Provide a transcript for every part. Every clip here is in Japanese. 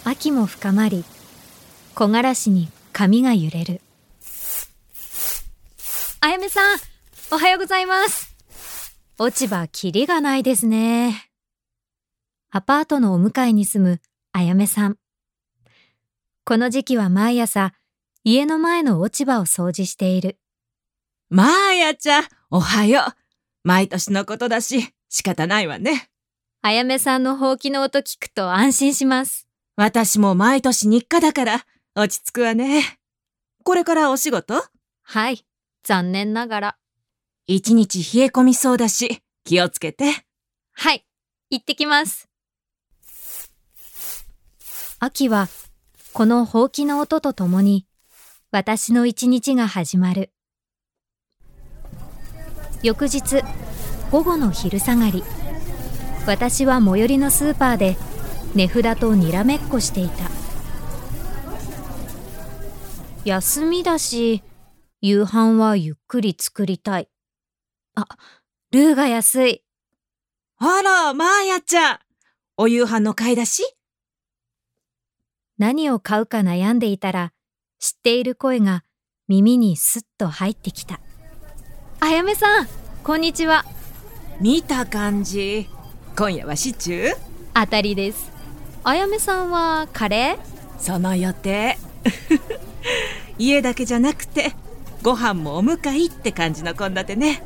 秋も深まり、木枯らしに髪が揺れる。あやめさん、おはようございます。落ち葉きりがないですね。アパートのお向かいに住むあやめさん。この時期は毎朝、家の前の落ち葉を掃除している。 まあやちゃん、おはよう。毎年のことだし、仕方ないわね。 あやめさんのほうきの音聞くと安心します。 私も毎年日課だから、落ち着くわね。これからお仕事？ はい、残念ながら。 一日冷え込みそうだし、気をつけて。 はい、行ってきます。秋は、このほうきの音とともに、私の一日が始まる。翌日、午後の昼下がり、私は最寄りのスーパーで値札とにらめっこしていた。休みだし、夕飯はゆっくり作りたい。あ、ルーが安い。 あら、まあやちゃん。お夕飯の買い出し？ 何を買うか悩んでいたら、知っている声が耳にスッと入ってきた。あやめさん、こんにちは。 見た感じ、今夜はシチュー？ 当たりです。あやめさんはカレー？ その予定。家だけじゃなくて、ご飯もお迎えって感じの献立ね。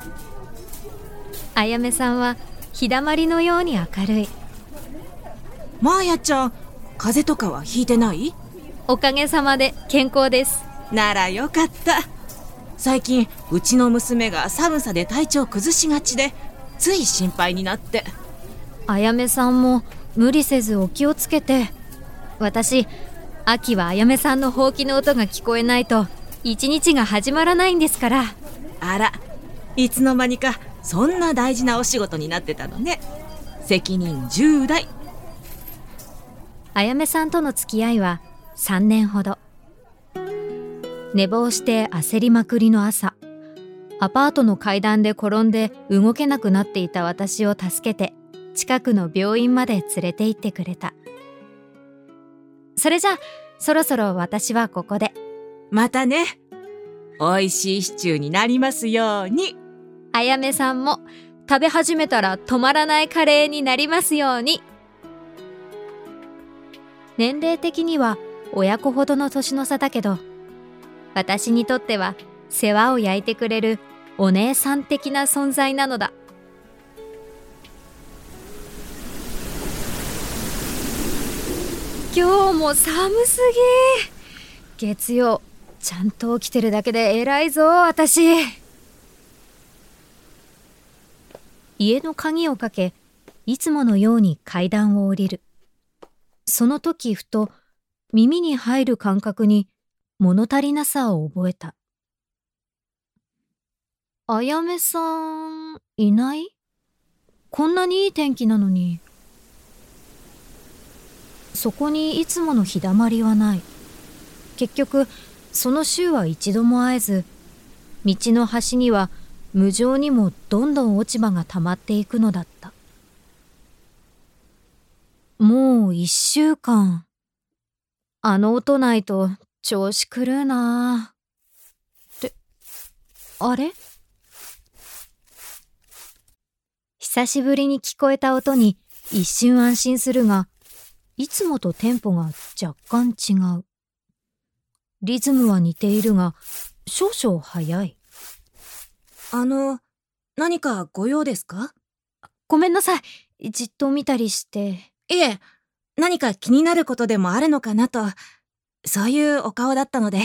あやめさんは日だまりのように明るい。 まあやちゃん、風邪とかはひいてない？ おかげさまで健康です。 ならよかった。最近うちの娘が寒さで体調崩しがちで、つい心配になって。 あやめさんも無理せずお気をつけて。私、秋はあやめさんのほうきの音が聞こえないと一日が始まらないんですから。 あら、いつの間にかそんな大事なお仕事になってたのね。責任重大。 あやめさんとの付き合いは3年ほど。寝坊して焦りまくりの朝、アパートの階段で転んで動けなくなっていた私を助けて、近くの病院まで連れて行ってくれた。それじゃあ、そろそろ私はここで。 またね。おいしいシチューになりますように。 あやめさんも食べ始めたら止まらないカレーになりますように。年齢的には親子ほどの年の差だけど、私にとっては世話を焼いてくれるお姉さん的な存在なのだ。今日も寒すぎ。月曜、ちゃんと起きてるだけで偉いぞ私。家の鍵をかけ、いつものように階段を降りる。その時ふと耳に入る感覚に物足りなさを覚えた。あやめさん、いない？こんなにいい天気なのに。そこにいつもの日だまりはない。結局、その週は一度も会えず、道の端には無情にもどんどん落ち葉が溜まっていくのだった。もう1週間。あの音ないと調子狂うな。って、あれ？久しぶりに聞こえた音に一瞬安心するが、いつもとテンポが若干違う。リズムは似ているが、少々早い。 何かご用ですか？ ごめんなさい。じっと見たりして。 いえ、何か気になることでもあるのかなと、そういうお顔だったので。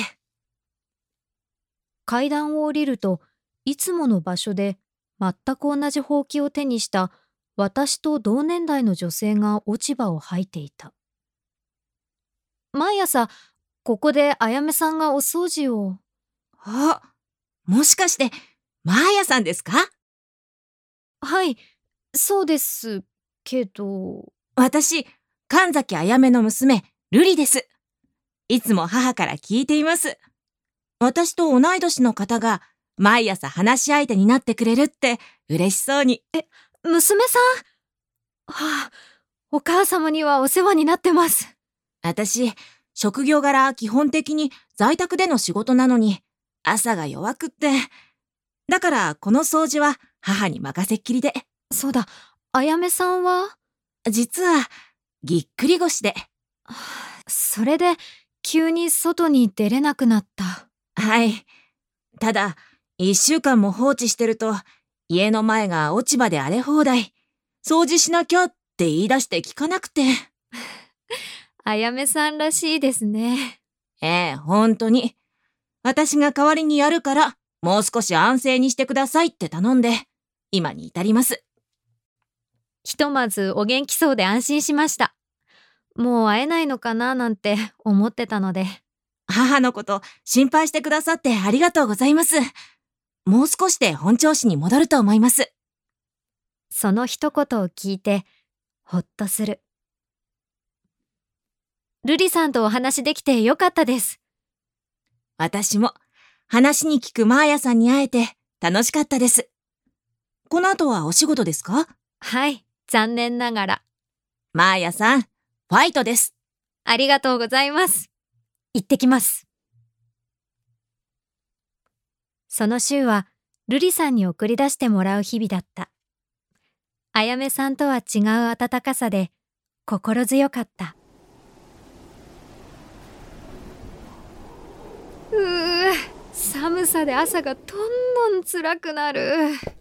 階段を降りると、いつもの場所で全く同じほうきを手にした私と同年代の女性が落ち葉を吐いていた。毎朝、ここであやめさんがお掃除を。 あ、もしかして、マーヤさんですか？ はい、そうですけど。 私、神崎あやめの娘、瑠璃です。いつも母から聞いています。私と同い年の方が、毎朝話し相手になってくれるって嬉しそうに。 娘さん？はあ、お母様にはお世話になってます。 私、職業柄基本的に在宅での仕事なのに、朝が弱くって。だからこの掃除は母に任せっきりで。 そうだ、あやめさんは？ 実は、ぎっくり腰で。 それで、急に外に出れなくなった。 はい。ただ、1週間も放置してると、家の前が落ち葉で荒れ放題。掃除しなきゃって言い出して聞かなくて。 あやめさんらしいですね。 本当に。私が代わりにやるから、もう少し安静にしてくださいって頼んで、今に至ります。 ひとまずお元気そうで安心しました。もう会えないのかななんて思ってたので。 母のこと心配してくださってありがとうございます。もう少しで本調子に戻ると思います。 その一言を聞いて、ほっとする。瑠璃さんとお話できてよかったです。 私も話に聞くマーヤさんに会えて楽しかったです。この後はお仕事ですか？ はい、残念ながら。 マーヤさん、ファイトです。 ありがとうございます。行ってきます。その週は、瑠璃さんに送り出してもらう日々だった。あやめさんとは違う温かさで、心強かった。寒さで朝がどんどん辛くなる。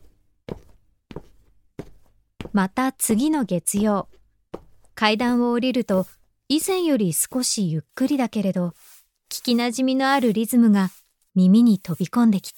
また次の月曜、階段を降りると以前より少しゆっくりだけれど、聞きなじみのあるリズムが耳に飛び込んできた。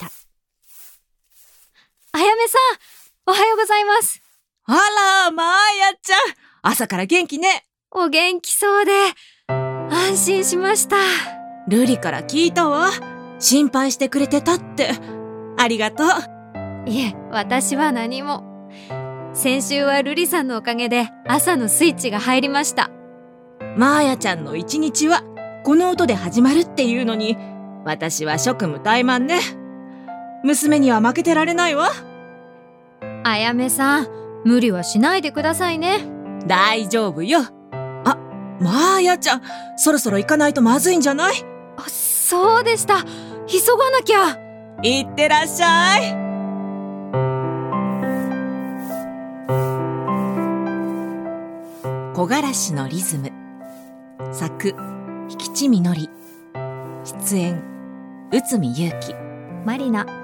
あやめさん、おはようございます。 あら、マーヤちゃん、朝から元気ね。 お元気そうで安心しました。 瑠璃から聞いたわ。心配してくれてたって。ありがとう。 いえ、私は何も。先週は瑠璃さんのおかげで朝のスイッチが入りました。 マーヤちゃんの一日はこの音で始まるっていうのに、私は職務怠慢ね。娘には負けてられないわ。 あやめさん、無理はしないでくださいね。 大丈夫よ。あ、マーヤちゃん、そろそろ行かないとまずいんじゃない？ そうでした。急がなきゃ。 いってらっしゃい。木枯らしのリズム。作、引地みのり。出演、内海祐樹。 マリナ。